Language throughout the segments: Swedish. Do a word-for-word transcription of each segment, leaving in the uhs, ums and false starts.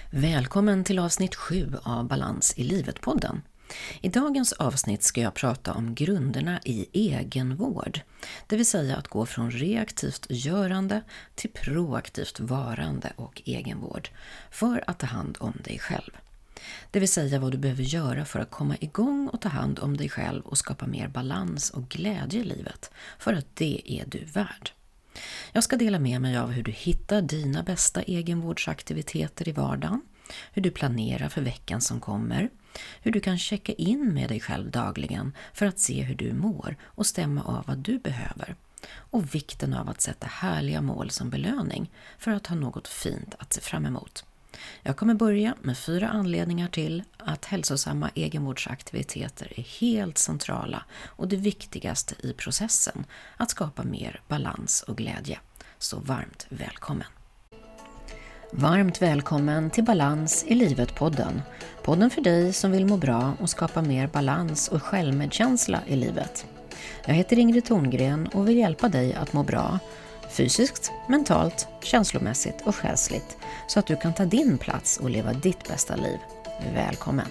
Välkommen till avsnitt sju av Balans i livet-podden. I dagens avsnitt ska jag prata om grunderna i egenvård, det vill säga att gå från reaktivt görande till proaktivt varande och egenvård för att ta hand om dig själv. Det vill säga vad du behöver göra för att komma igång och ta hand om dig själv och skapa mer balans och glädje i livet, för att det är du värd. Jag ska dela med mig av hur du hittar dina bästa egenvårdsaktiviteter i vardagen, hur du planerar för veckan som kommer, hur du kan checka in med dig själv dagligen för att se hur du mår och stämma av vad du behöver, och vikten av att sätta härliga mål som belöning för att ha något fint att se fram emot. Jag kommer börja med fyra anledningar till att hälsosamma egenvårdsaktiviteter är helt centrala och det viktigaste i processen att skapa mer balans och glädje. Så varmt välkommen! Varmt välkommen till Balans i livet-podden. Podden för dig som vill må bra och skapa mer balans och självmedkänsla i livet. Jag heter Ingrid Thorngren och vill hjälpa dig att må bra fysiskt, mentalt, känslomässigt och själsligt så att du kan ta din plats och leva ditt bästa liv. Välkommen!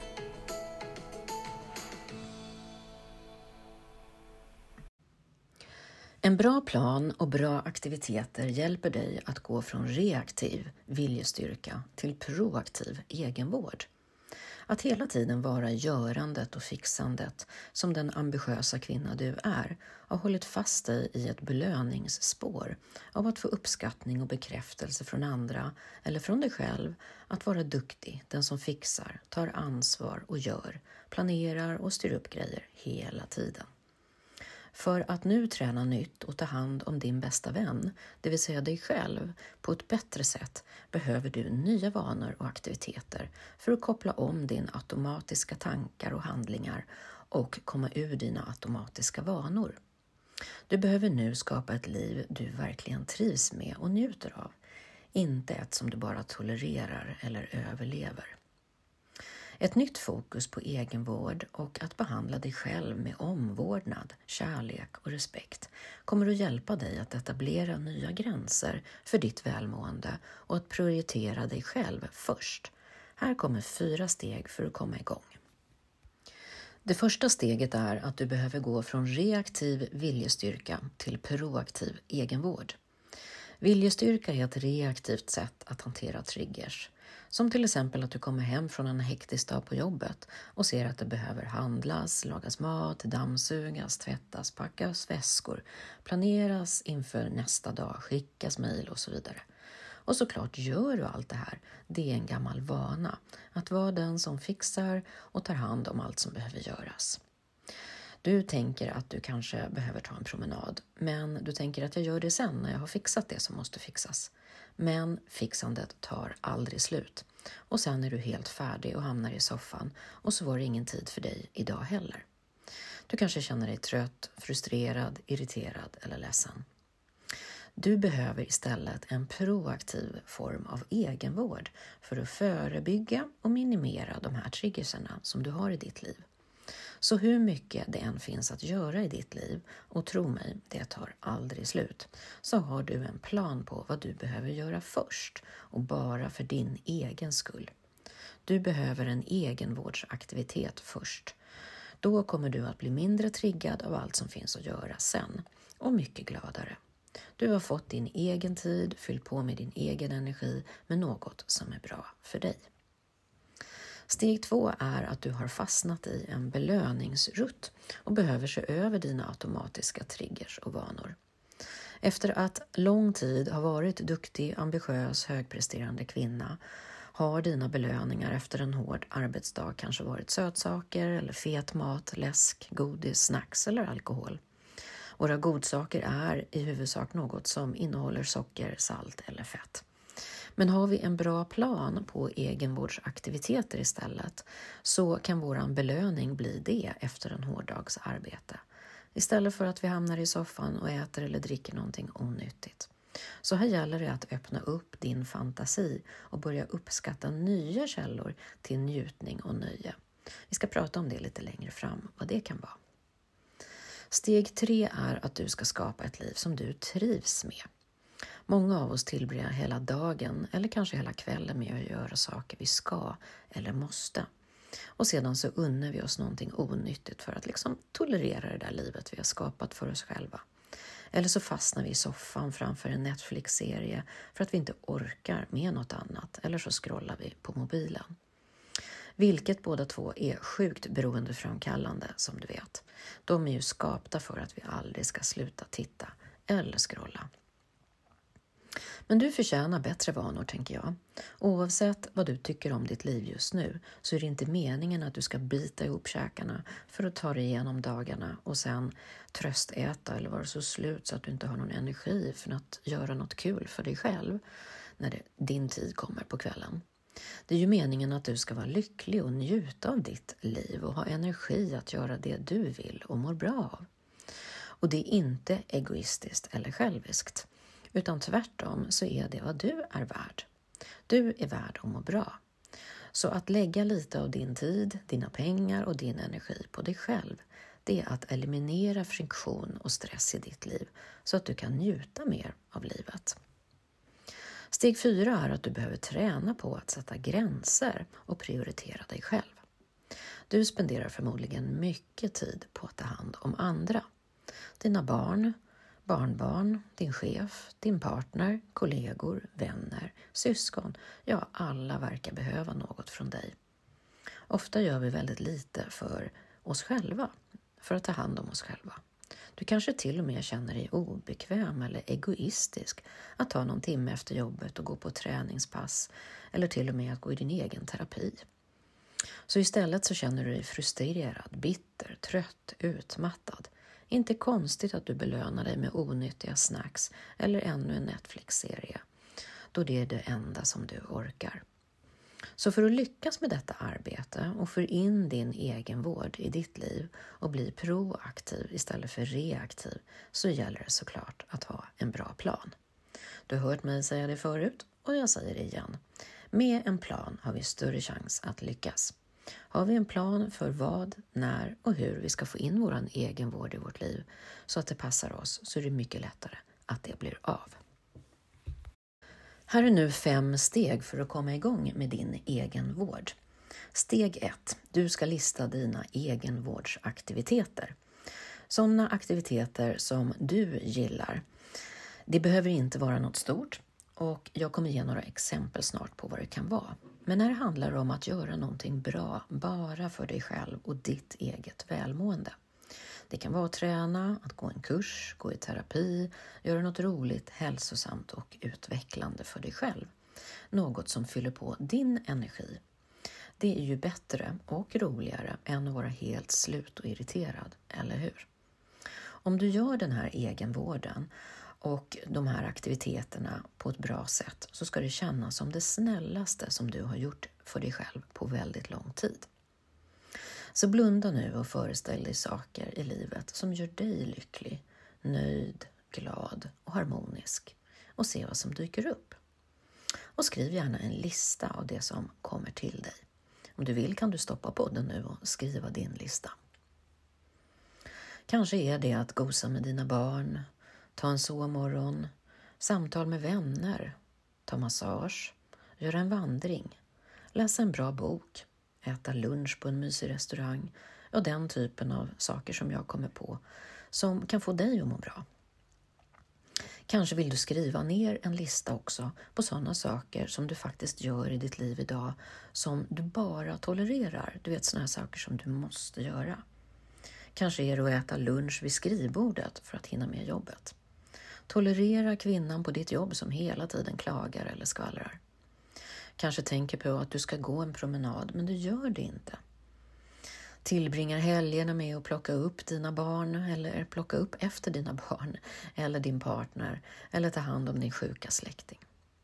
En bra plan och bra aktiviteter hjälper dig att gå från reaktiv viljestyrka till proaktiv egenvård. Att hela tiden vara görandet och fixandet som den ambitiösa kvinna du är har hållit fast dig i ett belöningsspår av att få uppskattning och bekräftelse från andra eller från dig själv, att vara duktig, den som fixar, tar ansvar och gör, planerar och styr upp grejer hela tiden. För att nu träna nytt och ta hand om din bästa vän, det vill säga dig själv, på ett bättre sätt behöver du nya vanor och aktiviteter för att koppla om dina automatiska tankar och handlingar och komma ur dina automatiska vanor. Du behöver nu skapa ett liv du verkligen trivs med och njuter av, inte ett som du bara tolererar eller överlever. Ett nytt fokus på egenvård och att behandla dig själv med omvårdnad, kärlek och respekt kommer att hjälpa dig att etablera nya gränser för ditt välmående och att prioritera dig själv först. Här kommer fyra steg för att komma igång. Det första steget är att du behöver gå från reaktiv viljestyrka till proaktiv egenvård. Viljestyrka är ett reaktivt sätt att hantera triggers. Som till exempel att du kommer hem från en hektisk dag på jobbet och ser att det behöver handlas, lagas mat, dammsugas, tvättas, packas väskor, planeras inför nästa dag, skickas mejl och så vidare. Och såklart gör du allt det här. Det är en gammal vana. Att vara den som fixar och tar hand om allt som behöver göras. Du tänker att du kanske behöver ta en promenad, men du tänker att jag gör det sen när jag har fixat det som måste fixas. Men fixandet tar aldrig slut. Och sen är du helt färdig och hamnar i soffan och så var det ingen tid för dig idag heller. Du kanske känner dig trött, frustrerad, irriterad eller ledsen. Du behöver istället en proaktiv form av egenvård för att förebygga och minimera de här triggerserna som du har i ditt liv. Så hur mycket det än finns att göra i ditt liv, och tro mig, det tar aldrig slut, så har du en plan på vad du behöver göra först och bara för din egen skull. Du behöver en egenvårdsaktivitet först. Då kommer du att bli mindre triggad av allt som finns att göra sen och mycket gladare. Du har fått din egen tid, fyllt på med din egen energi med något som är bra för dig. Steg två är att du har fastnat i en belöningsrutt och behöver se över dina automatiska triggers och vanor. Efter att lång tid har varit duktig, ambitiös, högpresterande kvinna har dina belöningar efter en hård arbetsdag kanske varit sötsaker eller fet mat, läsk, godis, snacks eller alkohol. Våra godsaker är i huvudsak något som innehåller socker, salt eller fett. Men har vi en bra plan på egenvårdsaktiviteter istället så kan våran belöning bli det efter en hård dags arbete. Istället för att vi hamnar i soffan och äter eller dricker någonting onyttigt. Så här gäller det att öppna upp din fantasi och börja uppskatta nya källor till njutning och nöje. Vi ska prata om det lite längre fram, vad det kan vara. Steg tre är att du ska skapa ett liv som du trivs med. Många av oss tillbringar hela dagen eller kanske hela kvällen med att göra saker vi ska eller måste. Och sedan så unnar vi oss någonting onyttigt för att liksom tolerera det där livet vi har skapat för oss själva. Eller så fastnar vi i soffan framför en Netflix-serie för att vi inte orkar med något annat. Eller så scrollar vi på mobilen. Vilket båda två är sjukt beroendeframkallande, som du vet. De är ju skapta för att vi aldrig ska sluta titta eller scrolla. Men du förtjänar bättre vanor, tänker jag. Oavsett vad du tycker om ditt liv just nu så är det inte meningen att du ska bita ihop käkarna för att ta dig igenom dagarna och sen tröstäta eller vara så slut så att du inte har någon energi för att göra något kul för dig själv när det, din tid kommer på kvällen. Det är ju meningen att du ska vara lycklig och njuta av ditt liv och ha energi att göra det du vill och mår bra av. Och det är inte egoistiskt eller själviskt. Utan tvärtom så är det vad du är värd. Du är värd att må bra. Så att lägga lite av din tid, dina pengar och din energi på dig själv, det är att eliminera friktion och stress i ditt liv så att du kan njuta mer av livet. Steg fyra är att du behöver träna på att sätta gränser och prioritera dig själv. Du spenderar förmodligen mycket tid på att ta hand om andra. Dina barn, barnbarn, din chef, din partner, kollegor, vänner, syskon. Ja, alla verkar behöva något från dig. Ofta gör vi väldigt lite för oss själva, för att ta hand om oss själva. Du kanske till och med känner dig obekväm eller egoistisk att ta någon timme efter jobbet och gå på träningspass eller till och med att gå i din egen terapi. Så istället så känner du dig frustrerad, bitter, trött, utmattad. Inte konstigt att du belönar dig med onyttiga snacks eller ännu en Netflix-serie, då det är det enda som du orkar. Så för att lyckas med detta arbete och få in din egen vård i ditt liv och bli proaktiv istället för reaktiv så gäller det såklart att ha en bra plan. Du har hört mig säga det förut och jag säger det igen. Med en plan har vi större chans att lyckas. Har vi en plan för vad, när och hur vi ska få in vår egen vård i vårt liv så att det passar oss så är det mycket lättare att det blir av. Här är nu fem steg för att komma igång med din egen vård. Steg ett. Du ska lista dina egenvårdsaktiviteter. Sådana aktiviteter som du gillar. Det behöver inte vara något stort och jag kommer ge några exempel snart på vad det kan vara. Men när det handlar om att göra någonting bra bara för dig själv och ditt eget välmående. Det kan vara att träna, att gå en kurs, gå i terapi, göra något roligt, hälsosamt och utvecklande för dig själv. Något som fyller på din energi. Det är ju bättre och roligare än att vara helt slut och irriterad, eller hur? Om du gör den här egenvården och de här aktiviteterna på ett bra sätt så ska det kännas som det snällaste som du har gjort för dig själv på väldigt lång tid. Så blunda nu och föreställ dig saker i livet som gör dig lycklig, nöjd, glad och harmonisk och se vad som dyker upp. Och skriv gärna en lista av det som kommer till dig. Om du vill kan du stoppa podden nu och skriva din lista. Kanske är det att gosa med dina barn, ta en sovmorgon, samtal med vänner, ta massage, göra en vandring, läsa en bra bok, äta lunch på en mysig restaurang och den typen av saker som jag kommer på som kan få dig att må bra. Kanske vill du skriva ner en lista också på sådana saker som du faktiskt gör i ditt liv idag som du bara tolererar. Du vet, sådana här saker som du måste göra. Kanske är det att äta lunch vid skrivbordet för att hinna med jobbet. Tolerera kvinnan på ditt jobb som hela tiden klagar eller skvallrar. Kanske tänker på att du ska gå en promenad men du gör det inte. Tillbringar helgerna med att plocka upp dina barn eller plocka upp efter dina barn eller din partner eller ta hand om din sjuka släkting.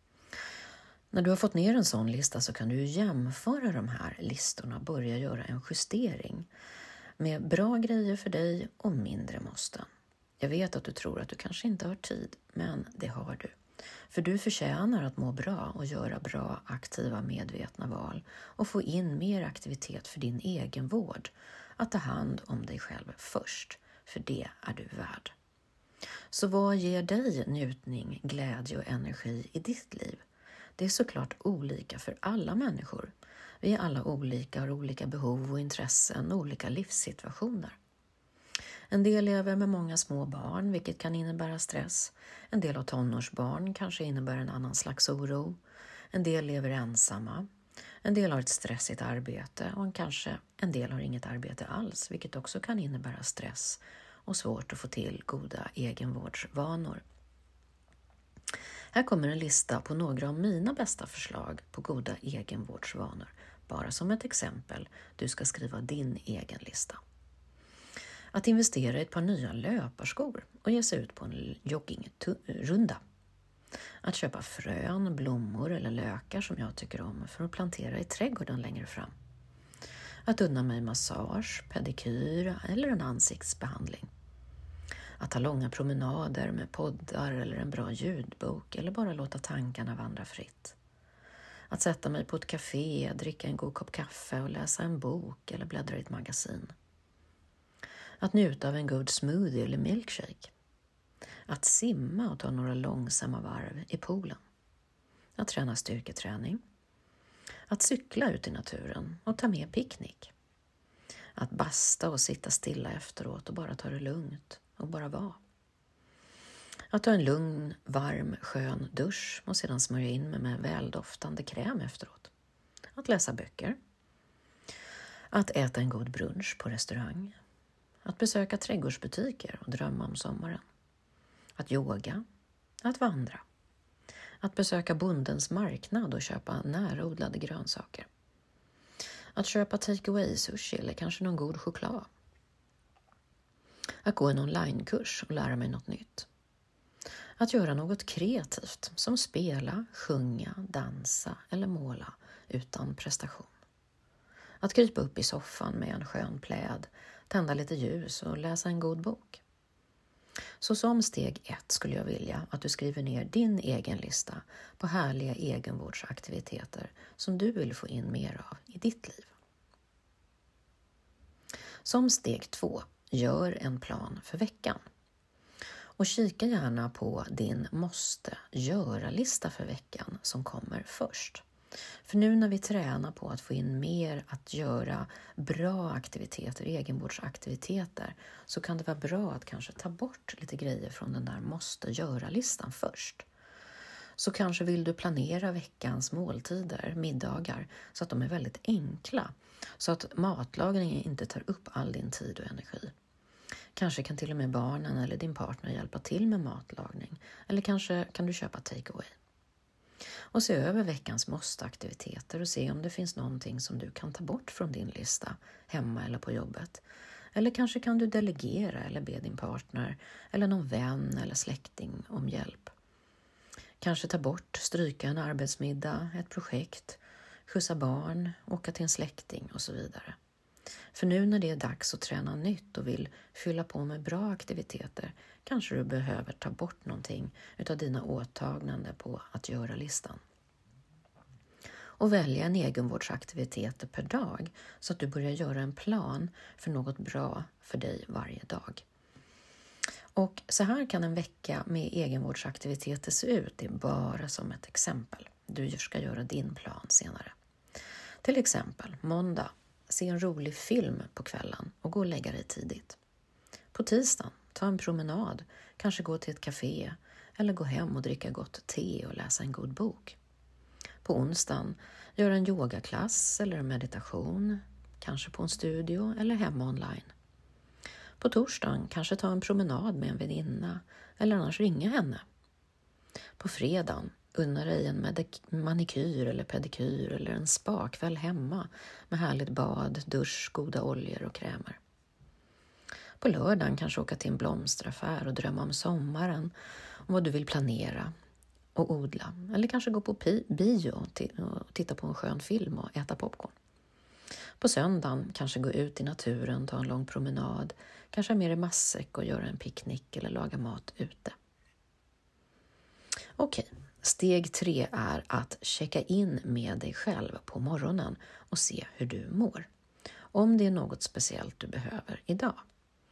När du har fått ner en sån lista så kan du jämföra de här listorna och börja göra en justering med bra grejer för dig och mindre måsten. Jag vet att du tror att du kanske inte har tid, men det har du. För du förtjänar att må bra och göra bra, aktiva, medvetna val och få in mer aktivitet för din egen vård. Att ta hand om dig själv först, för det är du värd. Så vad ger dig njutning, glädje och energi i ditt liv? Det är såklart olika för alla människor. Vi är alla olika, har olika behov och intressen och olika livssituationer. En del lever med många små barn, vilket kan innebära stress. En del har tonårsbarn, kanske innebär en annan slags oro. En del lever ensamma. En del har ett stressigt arbete och kanske en del har inget arbete alls, vilket också kan innebära stress och svårt att få till goda egenvårdsvanor. Här kommer en lista på några av mina bästa förslag på goda egenvårdsvanor. Bara som ett exempel, du ska skriva din egen lista. Att investera i ett par nya löparskor och ge sig ut på en joggingrunda. Att köpa frön, blommor eller lökar som jag tycker om för att plantera i trädgården längre fram. Att unna mig massage, pedikyr eller en ansiktsbehandling. Att ta långa promenader med poddar eller en bra ljudbok eller bara låta tankarna vandra fritt. Att sätta mig på ett café, dricka en god kopp kaffe och läsa en bok eller bläddra i ett magasin. Att njuta av en god smoothie eller milkshake. Att simma och ta några långsamma varv i poolen. Att träna styrketräning. Att cykla ut i naturen och ta med picknick. Att basta och sitta stilla efteråt och bara ta det lugnt och bara vara. Att ta en lugn, varm, skön dusch och sedan smörja in mig med väldoftande kräm efteråt. Att läsa böcker. Att äta en god brunch på restaurang. Att besöka trädgårdsbutiker och drömma om sommaren. Att yoga. Att vandra. Att besöka bondens marknad och köpa närodlade grönsaker. Att köpa takeaway sushi eller kanske någon god choklad. Att gå en onlinekurs och lära mig något nytt. Att göra något kreativt som spela, sjunga, dansa eller måla utan prestation. Att krypa upp i soffan med en skön pläd, tända lite ljus och läsa en god bok. Så som steg ett skulle jag vilja att du skriver ner din egen lista på härliga egenvårdsaktiviteter som du vill få in mer av i ditt liv. Som steg två, gör en plan för veckan. Och kika gärna på din måste göra-lista för veckan som kommer först. För nu när vi tränar på att få in mer att göra bra aktiviteter, egenvårdsaktiviteter, så kan det vara bra att kanske ta bort lite grejer från den där måste göra-listan först. Så kanske vill du planera veckans måltider, middagar, så att de är väldigt enkla. Så att matlagningen inte tar upp all din tid och energi. Kanske kan till och med barnen eller din partner hjälpa till med matlagning. Eller kanske kan du köpa takeaway. Och se över veckans måste-aktiviteter och se om det finns någonting som du kan ta bort från din lista, hemma eller på jobbet. Eller kanske kan du delegera eller be din partner eller någon vän eller släkting om hjälp. Kanske ta bort, stryka en arbetsmiddag, ett projekt, skjutsa barn, åka till en släkting och så vidare. För nu när det är dags att träna nytt och vill fylla på med bra aktiviteter kanske du behöver ta bort någonting utav dina åtaganden på att göra listan. Och välja en egenvårdsaktivitet per dag så att du börjar göra en plan för något bra för dig varje dag. Och så här kan en vecka med egenvårdsaktiviteter se ut, det är bara som ett exempel. Du ska göra din plan senare. Till exempel måndag. Se en rolig film på kvällen och gå och lägga dig tidigt. På tisdagen, ta en promenad, kanske gå till ett café eller gå hem och dricka gott te och läsa en god bok. På onsdagen, gör en yogaklass eller en meditation, kanske på en studio eller hemma online. På torsdagen, kanske ta en promenad med en väninna eller annars ringa henne. På fredagen, unna dig en medik- manikyr eller pedikyr eller en spakväll hemma med härligt bad, dusch, goda oljor och krämer. På lördagen kanske åka till en blomsteraffär och drömma om sommaren, om vad du vill planera och odla. Eller kanske gå på pi- bio och titta på en skön film och äta popcorn. På söndagen kanske gå ut i naturen, ta en lång promenad, kanske ha med dig matsäck och göra en picknick eller laga mat ute. Okej. Steg tre är att checka in med dig själv på morgonen och se hur du mår. Om det är något speciellt du behöver idag.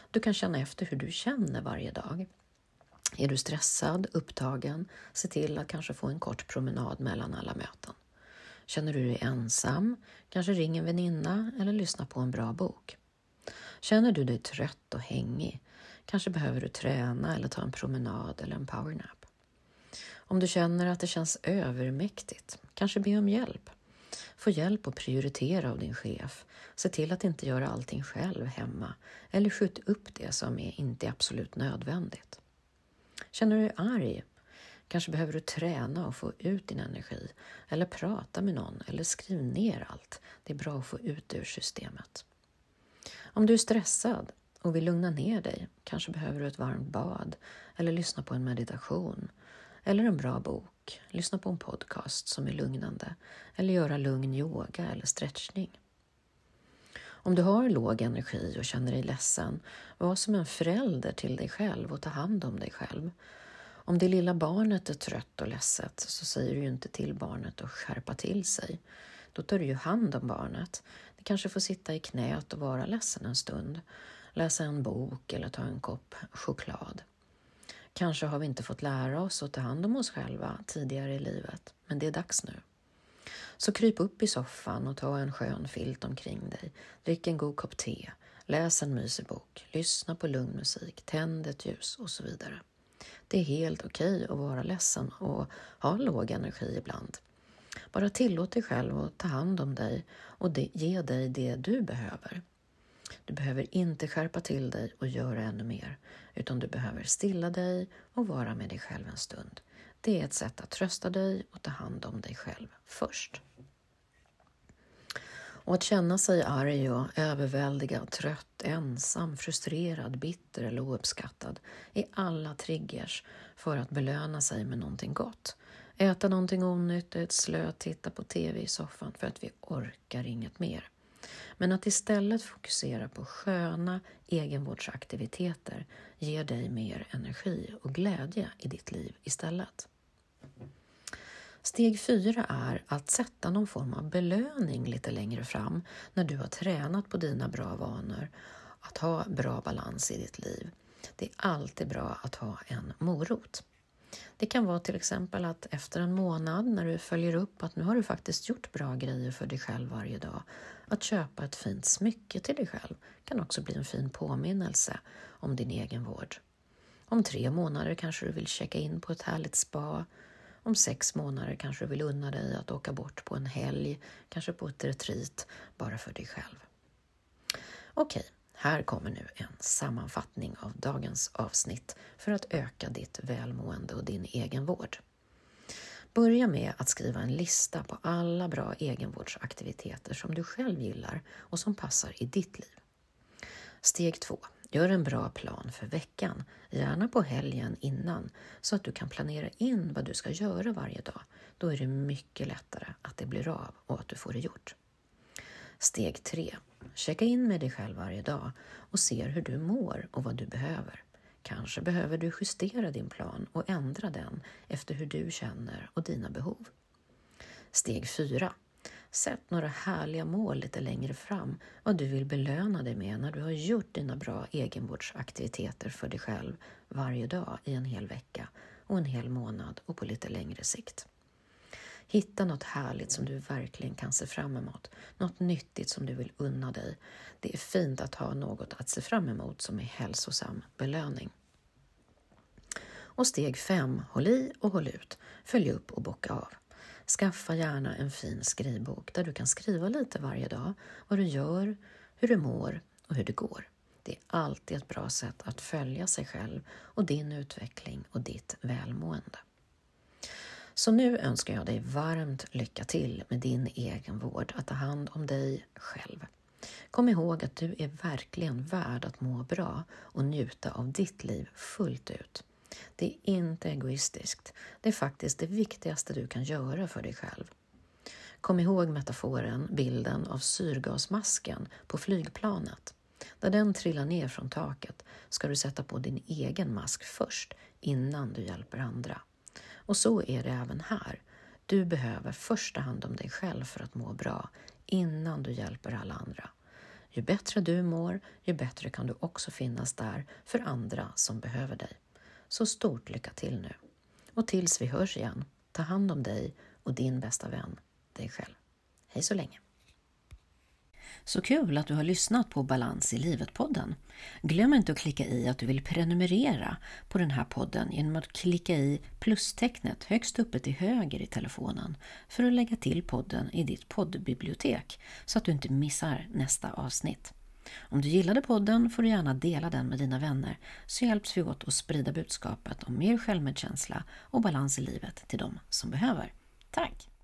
Du kan känna efter hur du känner varje dag. Är du stressad, upptagen, se till att kanske få en kort promenad mellan alla möten. Känner du dig ensam, kanske ring en väninna eller lyssna på en bra bok. Känner du dig trött och hängig, kanske behöver du träna eller ta en promenad eller en powernap. Om du känner att det känns övermäktigt, kanske be om hjälp. Få hjälp att prioritera av din chef. Se till att inte göra allting själv hemma eller skjut upp det som är inte är absolut nödvändigt. Känner du dig arg? Kanske behöver du träna och få ut din energi eller prata med någon eller skriv ner allt. Det är bra att få ut det ur systemet. Om du är stressad och vill lugna ner dig, kanske behöver du ett varmt bad eller lyssna på en meditation eller en bra bok, lyssna på en podcast som är lugnande eller göra lugn yoga eller stretchning. Om du har låg energi och känner dig ledsen, var som en förälder till dig själv och ta hand om dig själv. Om det lilla barnet är trött och ledset så säger du ju inte till barnet att skärpa till sig. Då tar du ju hand om barnet. Det kanske får sitta i knät och vara ledsen en stund. Läsa en bok eller ta en kopp choklad. Kanske har vi inte fått lära oss att ta hand om oss själva tidigare i livet, men det är dags nu. Så kryp upp i soffan och ta en skön filt omkring dig. Drick en god kopp te, läs en mysig bok, lyssna på lugn musik, tänd ett ljus och så vidare. Det är helt okej att vara ledsen och ha låg energi ibland. Bara tillåt dig själv att ta hand om dig och ge dig det du behöver. Du behöver inte skärpa till dig och göra ännu mer, utan du behöver stilla dig och vara med dig själv en stund. Det är ett sätt att trösta dig och ta hand om dig själv först. Och att känna sig arg och överväldigad, trött, ensam, frustrerad, bitter eller ouppskattad är alla triggers för att belöna sig med någonting gott. Äta någonting onyttigt, slö, titta på tv i soffan för att vi orkar inget mer. Men att istället fokusera på sköna egenvårdsaktiviteter ger dig mer energi och glädje i ditt liv istället. Steg fyra är att sätta någon form av belöning lite längre fram när du har tränat på dina bra vanor, att ha bra balans i ditt liv. Det är alltid bra att ha en morot. Det kan vara till exempel att efter en månad när du följer upp att nu har du faktiskt gjort bra grejer för dig själv varje dag. Att köpa ett fint smycke till dig själv kan också bli en fin påminnelse om din egen vård. Om tre månader kanske du vill checka in på ett härligt spa. Om sex månader kanske du vill unna dig att åka bort på en helg, kanske på ett retreat, bara för dig själv. Okej, här kommer nu en sammanfattning av dagens avsnitt för att öka ditt välmående och din egenvård. Börja med att skriva en lista på alla bra egenvårdsaktiviteter som du själv gillar och som passar i ditt liv. Steg två. Gör en bra plan för veckan, gärna på helgen innan, så att du kan planera in vad du ska göra varje dag. Då är det mycket lättare att det blir av och att du får det gjort. Steg tre. Checka in med dig själv varje dag och se hur du mår och vad du behöver. Kanske behöver du justera din plan och ändra den efter hur du känner och dina behov. Steg fyra. Sätt några härliga mål lite längre fram vad du vill belöna dig med när du har gjort dina bra egenvårdsaktiviteter för dig själv varje dag i en hel vecka och en hel månad och på lite längre sikt. Hitta något härligt som du verkligen kan se fram emot, något nyttigt som du vill unna dig. Det är fint att ha något att se fram emot som är hälsosam belöning. Och steg fem, håll i och håll ut, följ upp och bocka av. Skaffa gärna en fin skrivbok där du kan skriva lite varje dag vad du gör, hur du mår och hur det går. Det är alltid ett bra sätt att följa sig själv och din utveckling och ditt välmående. Så nu önskar jag dig varmt lycka till med din egen vård, att ta hand om dig själv. Kom ihåg att du är verkligen värd att må bra och njuta av ditt liv fullt ut. Det är inte egoistiskt. Det är faktiskt det viktigaste du kan göra för dig själv. Kom ihåg metaforen, bilden av syrgasmasken på flygplanet. När den trillar ner från taket ska du sätta på din egen mask först innan du hjälper andra. Och så är det även här. Du behöver först ta hand om dig själv för att må bra innan du hjälper alla andra. Ju bättre du mår, ju bättre kan du också finnas där för andra som behöver dig. Så stort lycka till nu. Och tills vi hörs igen, ta hand om dig och din bästa vän, dig själv. Hej så länge. Så kul att du har lyssnat på Balans i livet-podden. Glöm inte att klicka i att du vill prenumerera på den här podden genom att klicka i plustecknet högst uppe till höger i telefonen för att lägga till podden i ditt poddbibliotek så att du inte missar nästa avsnitt. Om du gillade podden får du gärna dela den med dina vänner så hjälps vi åt att sprida budskapet om mer självmedkänsla och balans i livet till dem som behöver. Tack!